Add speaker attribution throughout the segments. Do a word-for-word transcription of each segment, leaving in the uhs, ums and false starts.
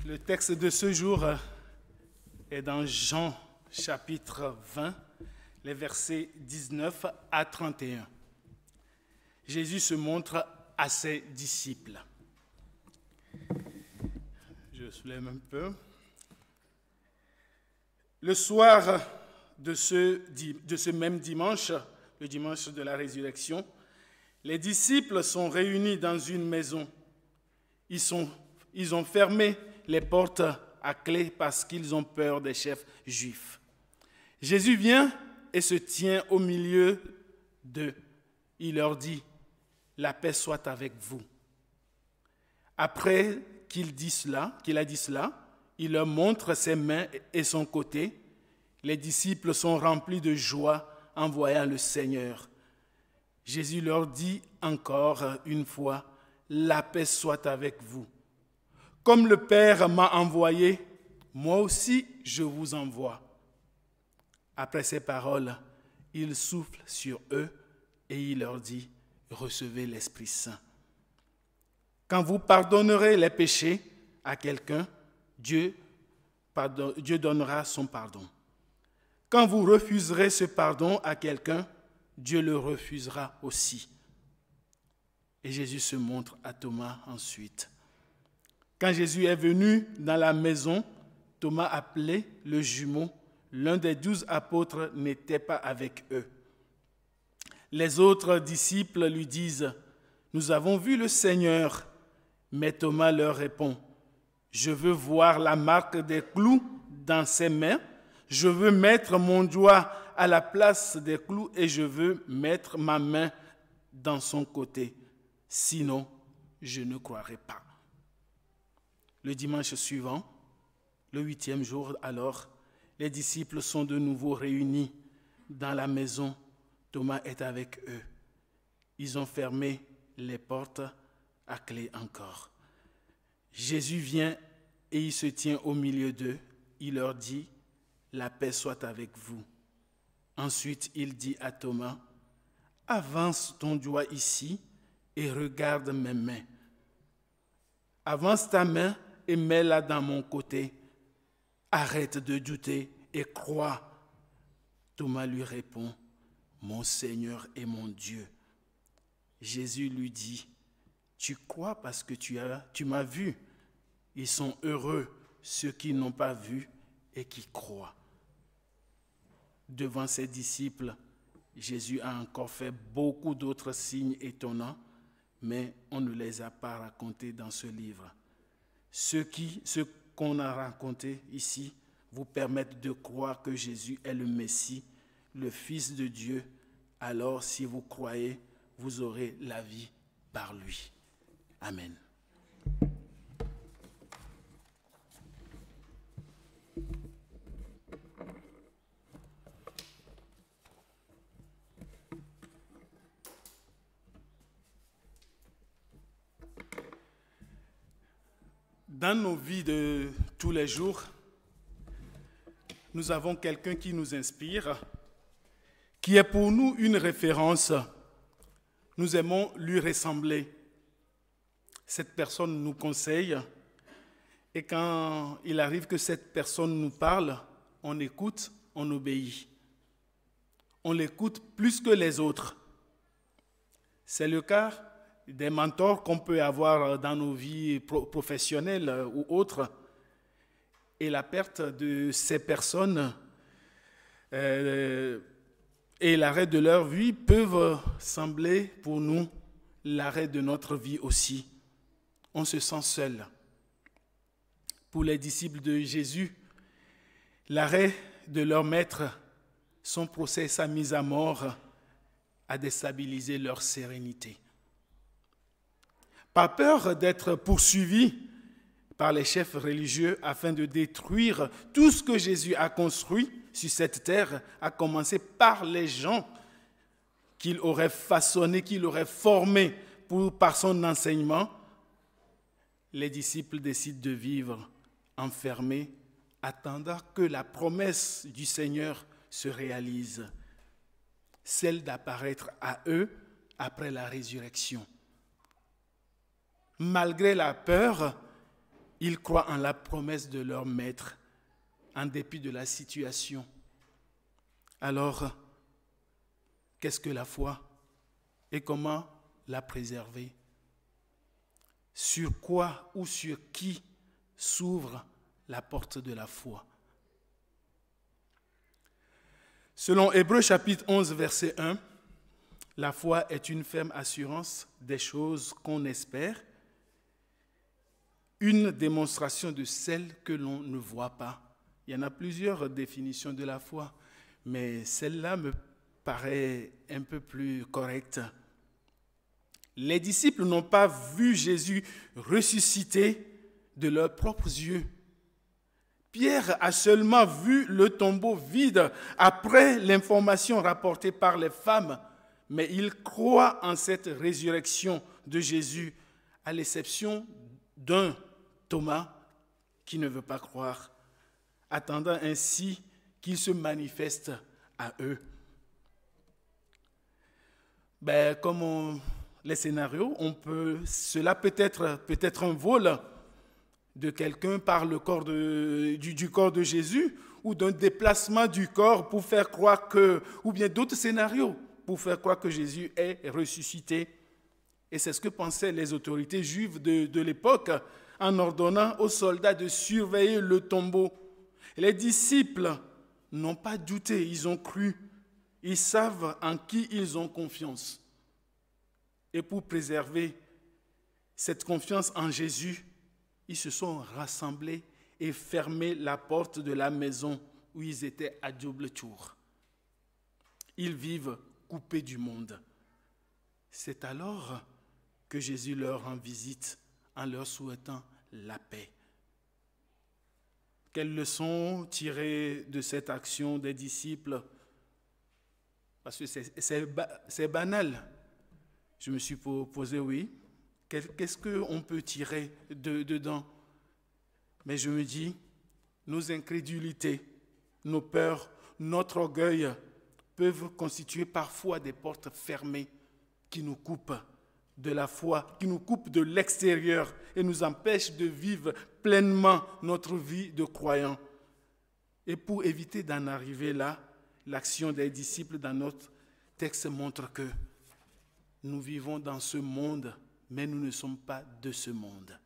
Speaker 1: Le texte de ce jour est dans Jean chapitre vingt, les versets dix-neuf à trente et un. Jésus se montre à ses disciples. Je soulève un peu. Le soir de ce, de ce même dimanche, le dimanche de la résurrection, les disciples sont réunis dans une maison. Ils, sont, ils ont fermé les portes à clé parce qu'ils ont peur des chefs juifs. Jésus vient et se tient au milieu d'eux. Il leur dit, « La paix soit avec vous. » Après qu'il dit cela, qu'il a dit cela, il leur montre ses mains et son côté. Les disciples sont remplis de joie en voyant le Seigneur. Jésus leur dit encore une fois, « La paix soit avec vous. Comme le Père m'a envoyé, moi aussi je vous envoie. » Après ces paroles, il souffle sur eux et il leur dit, « Recevez l'Esprit Saint. Quand vous pardonnerez les péchés à quelqu'un, Dieu, pardon, Dieu donnera son pardon. Quand vous refuserez ce pardon à quelqu'un, Dieu le refusera aussi. » Et Jésus se montre à Thomas ensuite. Quand Jésus est venu dans la maison, Thomas, appelé le jumeau, l'un des douze apôtres, n'était pas avec eux. Les autres disciples lui disent, « Nous avons vu le Seigneur. » Mais Thomas leur répond, « Je veux voir la marque des clous dans ses mains. Je veux mettre mon doigt à la place des clous et je veux mettre ma main dans son côté. Sinon, je ne croirai pas. » Le dimanche suivant, le huitième jour alors, les disciples sont de nouveau réunis dans la maison. Thomas est avec eux. Ils ont fermé les portes à clé encore. Jésus vient et il se tient au milieu d'eux. Il leur dit, « La paix soit avec vous. » Ensuite, il dit à Thomas, « Avance ton doigt ici et regarde mes mains. Avance ta main et mets-la dans mon côté. Arrête de douter et crois. » Thomas lui répond, « Mon Seigneur et mon Dieu. » Jésus lui dit, « Tu crois parce que tu, as, tu m'as vu. Ils sont heureux ceux qui n'ont pas vu et qui croient. » Devant ses disciples, Jésus a encore fait beaucoup d'autres signes étonnants, mais on ne les a pas racontés dans ce livre. Ceux qui, ce qu'on a raconté ici vous permettent de croire que Jésus est le Messie, le Fils de Dieu. Alors, si vous croyez, vous aurez la vie par lui. Amen. Dans nos vies de tous les jours, nous avons quelqu'un qui nous inspire, qui est pour nous une référence. Nous aimons lui ressembler. Cette personne nous conseille et quand il arrive que cette personne nous parle, on écoute, on obéit. On l'écoute plus que les autres. C'est le cas des mentors qu'on peut avoir dans nos vies professionnelles ou autres. Et la perte de ces personnes euh, et l'arrêt de leur vie peuvent sembler pour nous l'arrêt de notre vie aussi. On se sent seul. Pour les disciples de Jésus, l'arrêt de leur maître, son procès, sa mise à mort, a déstabilisé leur sérénité. Par peur d'être poursuivis par les chefs religieux afin de détruire tout ce que Jésus a construit sur cette terre, à commencer par les gens qu'il aurait façonnés, qu'il aurait formés pour, par son enseignement, les disciples décident de vivre enfermés, attendant que la promesse du Seigneur se réalise, celle d'apparaître à eux après la résurrection. Malgré la peur, Ils croient en la promesse de leur maître, en dépit de la situation. Alors, qu'est-ce que la foi et comment la préserver? Sur quoi ou sur qui s'ouvre la porte de la foi? Selon Hébreux chapitre onze, verset un, la foi est une ferme assurance des choses qu'on espère, une démonstration de celles que l'on ne voit pas. Il y en a plusieurs définitions de la foi, mais celle-là me paraît un peu plus correcte. Les disciples n'ont pas vu Jésus ressusciter de leurs propres yeux. Pierre a seulement vu le tombeau vide après l'information rapportée par les femmes, mais il croit en cette résurrection de Jésus, à l'exception d'un, Thomas, qui ne veut pas croire, attendant ainsi qu'il se manifeste à eux. Ben, comme on, les scénarios, on peut, cela peut être, peut être un vol de quelqu'un par le corps de, du, du corps de Jésus, ou d'un déplacement du corps pour faire croire que, ou bien d'autres scénarios pour faire croire que Jésus est ressuscité. Et c'est ce que pensaient les autorités juives de, de l'époque, en ordonnant aux soldats de surveiller le tombeau. Et les disciples n'ont pas douté, ils ont cru. Ils savent en qui ils ont confiance. Et pour préserver cette confiance en Jésus, ils se sont rassemblés et fermé la porte de la maison où ils étaient à double tour. Ils vivent coupés du monde. C'est alors que Jésus leur rend visite en leur souhaitant la paix. Quelles leçons tirer de cette action des disciples? Parce que c'est, c'est, c'est banal. Je me suis posé, oui, qu'est-ce qu'on peut tirer de, dedans? Mais je me dis, nos incrédulités, nos peurs, notre orgueil peuvent constituer parfois des portes fermées qui nous coupent de la foi, qui nous coupent de l'extérieur et nous empêchent de vivre pleinement notre vie de croyant. Et pour éviter d'en arriver là, l'action des disciples dans notre texte montre que nous vivons dans ce monde, mais nous ne sommes pas de ce monde.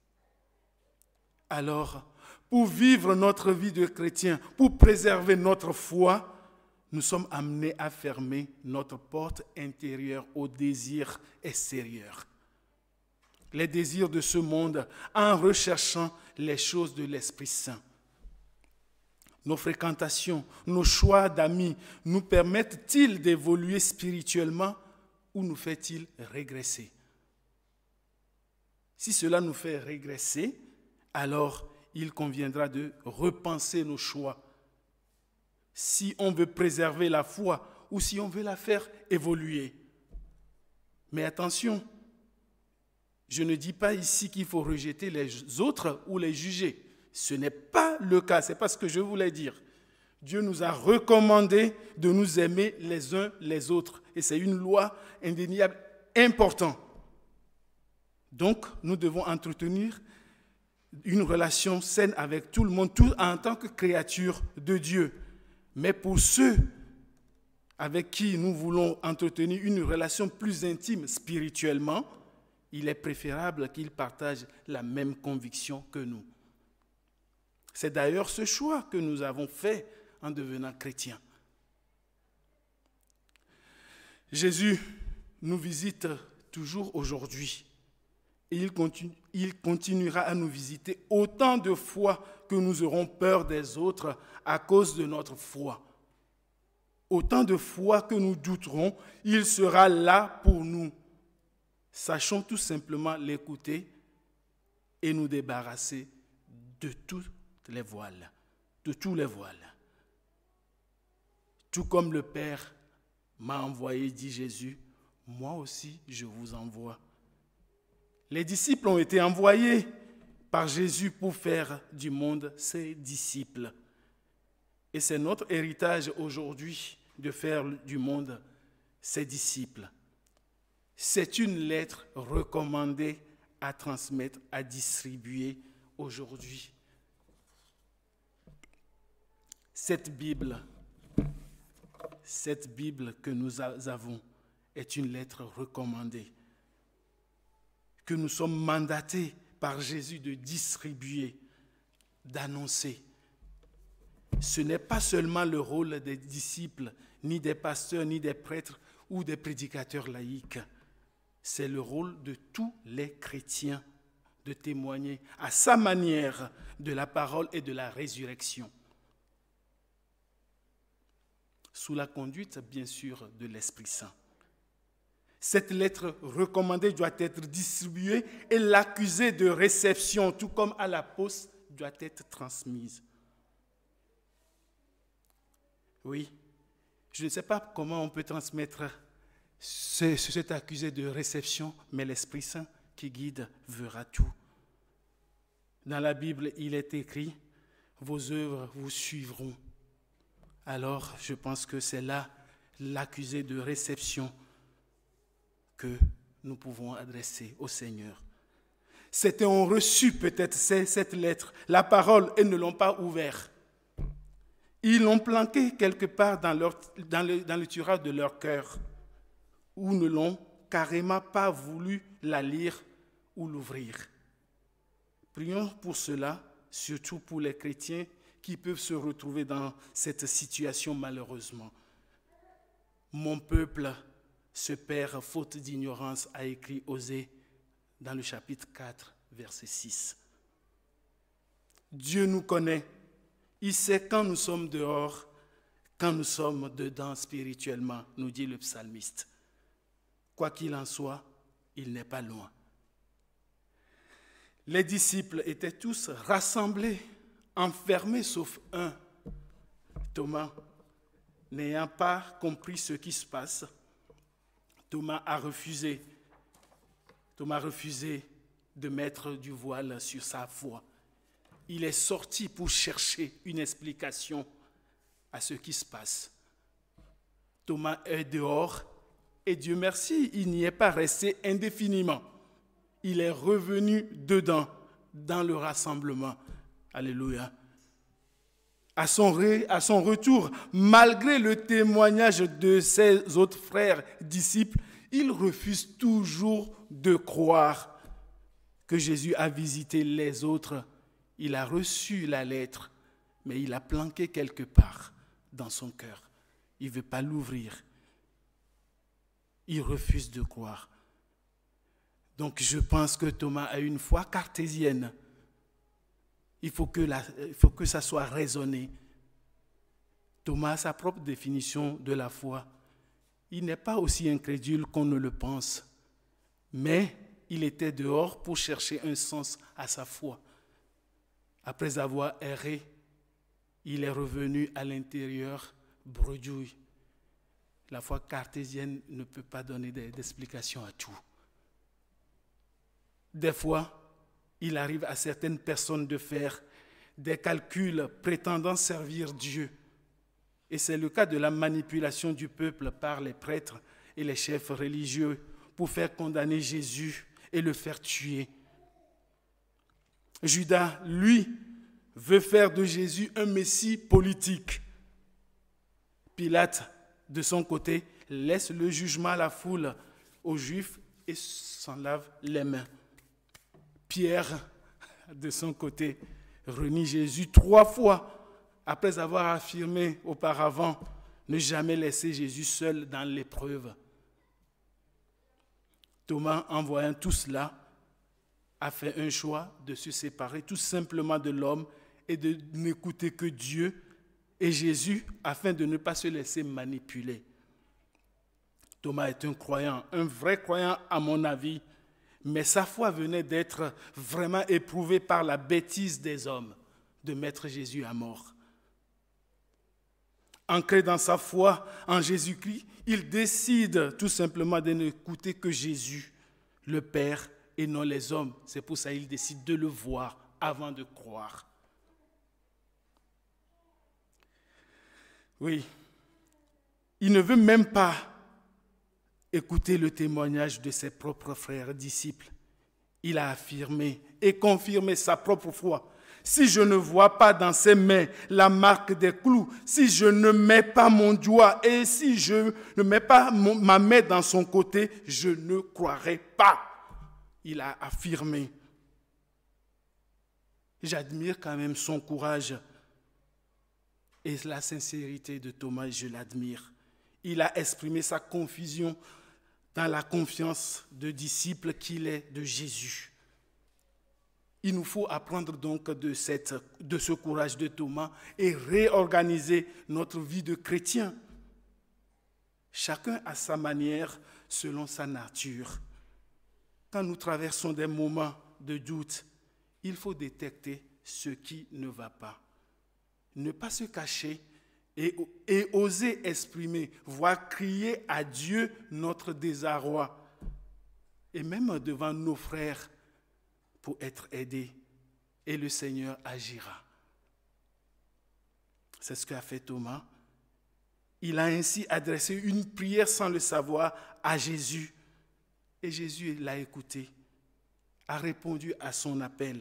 Speaker 1: Alors, pour vivre notre vie de chrétien, pour préserver notre foi, nous sommes amenés à fermer notre porte intérieure aux désirs extérieurs. Les désirs de ce monde en recherchant les choses de l'Esprit Saint. Nos fréquentations, nos choix d'amis nous permettent-ils d'évoluer spirituellement ou nous fait-il régresser? Si cela nous fait régresser, alors il conviendra de repenser nos choix. Si on veut préserver la foi ou si on veut la faire évoluer. Mais attention, je ne dis pas ici qu'il faut rejeter les autres ou les juger. Ce n'est pas le cas, ce n'est pas ce que je voulais dire. Dieu nous a recommandé de nous aimer les uns les autres. Et c'est une loi indéniable importante. Donc, nous devons entretenir une relation saine avec tout le monde, tout en tant que créature de Dieu. Mais pour ceux avec qui nous voulons entretenir une relation plus intime spirituellement, il est préférable qu'ils partagent la même conviction que nous. C'est d'ailleurs ce choix que nous avons fait en devenant chrétiens. Jésus nous visite toujours aujourd'hui et il, continue, il continuera à nous visiter autant de fois que nous aurons peur des autres à cause de notre foi. Autant de fois que nous douterons, il sera là pour nous. Sachons tout simplement l'écouter et nous débarrasser de toutes les voiles, de tous les voiles. Tout comme le Père m'a envoyé, dit Jésus, moi aussi je vous envoie. Les disciples ont été envoyés par Jésus pour faire du monde ses disciples. Et c'est notre héritage aujourd'hui de faire du monde ses disciples. C'est une lettre recommandée à transmettre, à distribuer aujourd'hui. Cette Bible, cette Bible que nous avons est une lettre recommandée, que nous sommes mandatés par Jésus de distribuer, d'annoncer. Ce n'est pas seulement le rôle des disciples, ni des pasteurs, ni des prêtres ou des prédicateurs laïcs. C'est le rôle de tous les chrétiens de témoigner à sa manière de la parole et de la résurrection. Sous la conduite, bien sûr, de l'Esprit Saint. Cette lettre recommandée doit être distribuée et l'accusé de réception, tout comme à la poste, doit être transmise. Oui, je ne sais pas comment on peut transmettre ce, cet accusé de réception, mais l'Esprit Saint qui guide verra tout. Dans la Bible, il est écrit « Vos œuvres vous suivront ». Alors, je pense que c'est là l'accusé de réception que nous pouvons adresser au Seigneur. Certains ont reçu peut-être cette lettre, la parole, et ne l'ont pas ouverte. Ils l'ont planquée quelque part dans, leur, dans, le, dans le tiroir de leur cœur, ou ne l'ont carrément pas voulu la lire ou l'ouvrir. Prions pour cela, surtout pour les chrétiens qui peuvent se retrouver dans cette situation malheureusement. Mon peuple se perd faute d'ignorance, a écrit Osée dans le chapitre quatre, verset six. Dieu nous connaît. Il sait quand nous sommes dehors, quand nous sommes dedans spirituellement, nous dit le psalmiste. Quoi qu'il en soit, il n'est pas loin. Les disciples étaient tous rassemblés, enfermés sauf un, Thomas. N'ayant pas compris ce qui se passe, Thomas a refusé. Thomas a refusé de mettre du voile sur sa foi. Il est sorti pour chercher une explication à ce qui se passe. Thomas est dehors et Dieu merci, il n'y est pas resté indéfiniment. Il est revenu dedans, dans le rassemblement. Alléluia. À son, ré, à son retour, malgré le témoignage de ses autres frères disciples, il refuse toujours de croire que Jésus a visité les autres. Il a reçu la lettre, mais il l'a planquée quelque part dans son cœur. Il ne veut pas l'ouvrir. Il refuse de croire. Donc je pense que Thomas a une foi cartésienne. Il faut que, la, il faut que ça soit raisonné. Thomas a sa propre définition de la foi. Il n'est pas aussi incrédule qu'on ne le pense, mais il était dehors pour chercher un sens à sa foi. Après avoir erré, il est revenu à l'intérieur bredouille. La foi cartésienne ne peut pas donner d'explication à tout. Des fois, il arrive à certaines personnes de faire des calculs prétendant servir Dieu. Et c'est le cas de la manipulation du peuple par les prêtres et les chefs religieux pour faire condamner Jésus et le faire tuer. Judas, lui, veut faire de Jésus un messie politique. Pilate, de son côté, laisse le jugement à la foule aux Juifs et s'en lave les mains. Pierre, de son côté, renie Jésus trois fois après avoir affirmé auparavant ne jamais laisser Jésus seul dans l'épreuve. Thomas, en voyant tout cela, a fait un choix de se séparer tout simplement de l'homme et de n'écouter que Dieu et Jésus afin de ne pas se laisser manipuler. Thomas est un croyant, un vrai croyant à mon avis, mais sa foi venait d'être vraiment éprouvée par la bêtise des hommes de mettre Jésus à mort. Ancré dans sa foi en Jésus-Christ, il décide tout simplement de n'écouter que Jésus, le Père, et non les hommes. C'est pour ça qu'il décide de le voir avant de croire. Oui, il ne veut même pas écouter le témoignage de ses propres frères disciples. il a affirmé et confirmé sa propre foi. Si je ne vois pas dans ses mains la marque des clous, si je ne mets pas mon doigt et si je ne mets pas mon, ma main dans son côté, je ne croirai pas. Il a affirmé. J'admire quand même son courage et la sincérité de Thomas, je l'admire. Il a exprimé sa confusion dans la confiance de disciple qu'il est de Jésus. Il nous faut apprendre donc de, cette, de ce courage de Thomas et réorganiser notre vie de chrétien. Chacun à sa manière, selon sa nature. Quand nous traversons des moments de doute, il faut détecter ce qui ne va pas. Ne pas se cacher et, et oser exprimer, voire crier à Dieu notre désarroi. Et même devant nos frères, pour être aidé, et le Seigneur agira. C'est ce qu'a fait Thomas. Il a ainsi adressé une prière sans le savoir à Jésus. Et Jésus l'a écouté, a répondu à son appel.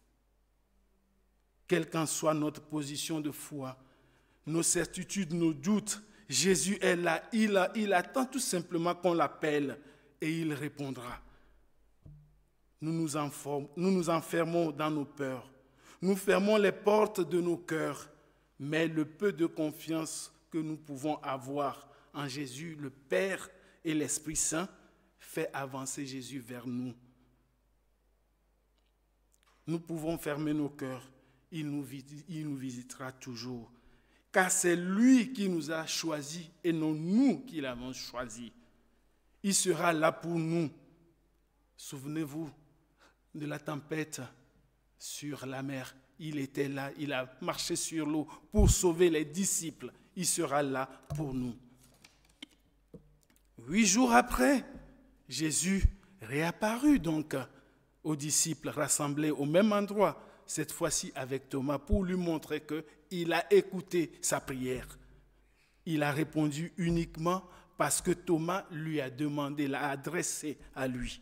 Speaker 1: Quelle qu'en soit notre position de foi, nos certitudes, nos doutes, Jésus est là. Il, a, il attend tout simplement qu'on l'appelle et il répondra. Nous nous, enfermons, nous nous enfermons dans nos peurs. Nous fermons les portes de nos cœurs. Mais le peu de confiance que nous pouvons avoir en Jésus, le Père et l'Esprit Saint, fait avancer Jésus vers nous. Nous pouvons fermer nos cœurs. Il nous, il nous visitera toujours. Car c'est lui qui nous a choisis et non nous qui l'avons choisi. Il sera là pour nous. Souvenez-vous de la tempête sur la mer. Il était là, il a marché sur l'eau pour sauver les disciples. Il sera là pour nous. Huit jours après, Jésus réapparut donc aux disciples rassemblés au même endroit, cette fois-ci avec Thomas, pour lui montrer qu'il a écouté sa prière. Il a répondu uniquement parce que Thomas lui a demandé, l'a adressé à lui.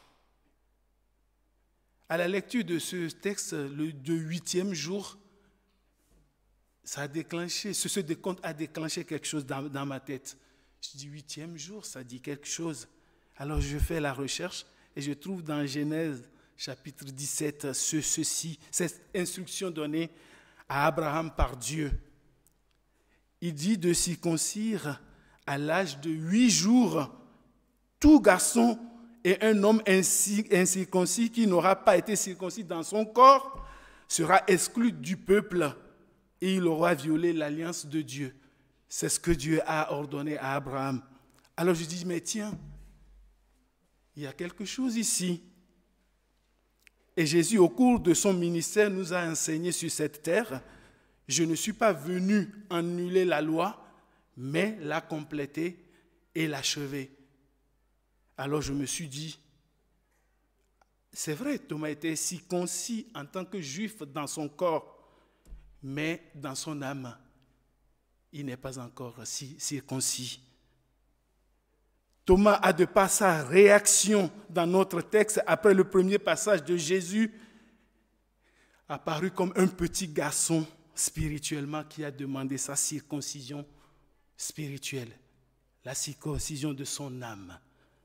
Speaker 1: À la lecture de ce texte, le de huitième jour, ça a déclenché, ce, ce décompte a déclenché quelque chose dans, dans ma tête. Je dis huitième jour, ça dit quelque chose. Alors je fais la recherche et je trouve dans Genèse chapitre dix-sept ce, ceci, cette instruction donnée à Abraham par Dieu. Il dit de circoncire à l'âge de huit jours tout garçon et un homme incirconcis qui n'aura pas été circoncis dans son corps sera exclu du peuple et il aura violé l'alliance de Dieu. C'est ce que Dieu a ordonné à Abraham. Alors je dis, mais tiens, il y a quelque chose ici. Et Jésus, au cours de son ministère, nous a enseigné sur cette terre, je ne suis pas venu annuler la loi, mais la compléter et l'achever. Alors je me suis dit, c'est vrai, Thomas était circoncis en tant que juif dans son corps, mais dans son âme, il n'est pas encore circoncis. Thomas a de par sa réaction dans notre texte, après le premier passage de Jésus, apparu comme un petit garçon spirituellement qui a demandé sa circoncision spirituelle, la circoncision de son âme.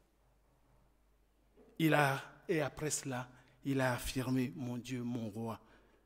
Speaker 1: Il a, et après cela, il a affirmé, mon Dieu, mon roi.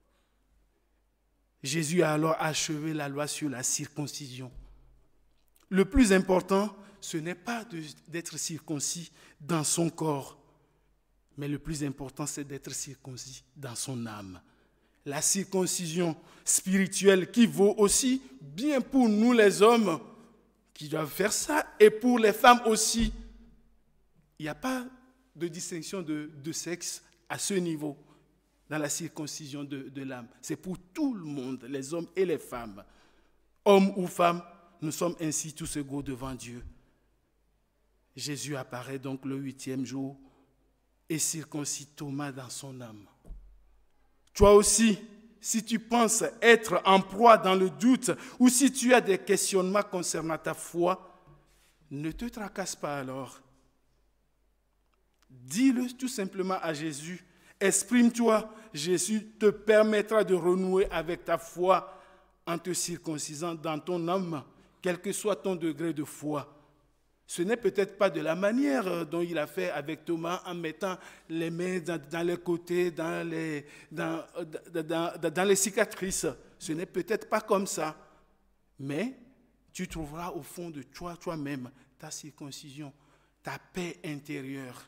Speaker 1: Jésus a alors achevé la loi sur la circoncision. Le plus important, ce n'est pas de, d'être circoncis dans son corps, mais le plus important, c'est d'être circoncis dans son âme. La circoncision spirituelle qui vaut aussi bien pour nous les hommes qui doivent faire ça et pour les femmes aussi. Il n'y a pas de distinction de, de sexe à ce niveau dans la circoncision de, de l'âme. C'est pour tout le monde, les hommes et les femmes. Hommes ou femmes, nous sommes ainsi tous égaux devant Dieu. Jésus apparaît donc le huitième jour et circoncis Thomas dans son âme. Toi aussi, si tu penses être en proie dans le doute ou si tu as des questionnements concernant ta foi, ne te tracasse pas alors. Dis-le tout simplement à Jésus. Exprime-toi. Jésus te permettra de renouer avec ta foi en te circoncisant dans ton âme, quel que soit ton degré de foi. Ce n'est peut-être pas de la manière dont il a fait avec Thomas en mettant les mains dans, dans les côtés, dans les, dans, dans, dans, dans les cicatrices. Ce n'est peut-être pas comme ça. Mais tu trouveras au fond de toi, toi-même, ta circoncision, ta paix intérieure.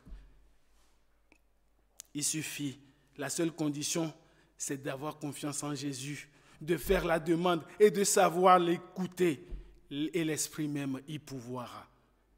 Speaker 1: Il suffit, la seule condition, c'est d'avoir confiance en Jésus, de faire la demande et de savoir l'écouter. Et l'Esprit même y pourvoira.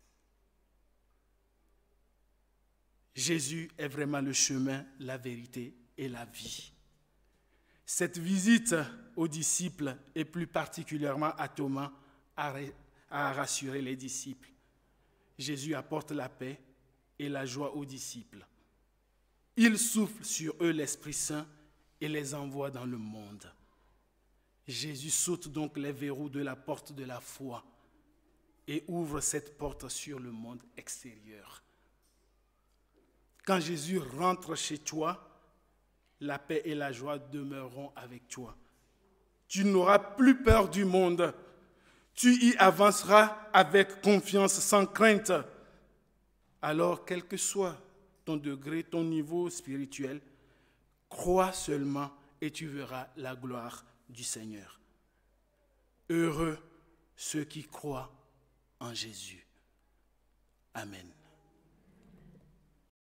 Speaker 1: Jésus est vraiment le chemin, la vérité et la vie. Cette visite aux disciples, et plus particulièrement à Thomas, a rassuré les disciples. Jésus apporte la paix et la joie aux disciples. Il souffle sur eux l'Esprit Saint et les envoie dans le monde. Jésus saute donc les verrous de la porte de la foi et ouvre cette porte sur le monde extérieur. Quand Jésus rentre chez toi, la paix et la joie demeureront avec toi. Tu n'auras plus peur du monde. Tu y avanceras avec confiance, sans crainte. Alors, quel que soit ton degré, ton niveau spirituel, crois seulement et tu verras la gloire du Seigneur. Heureux ceux qui croient en Jésus. Amen.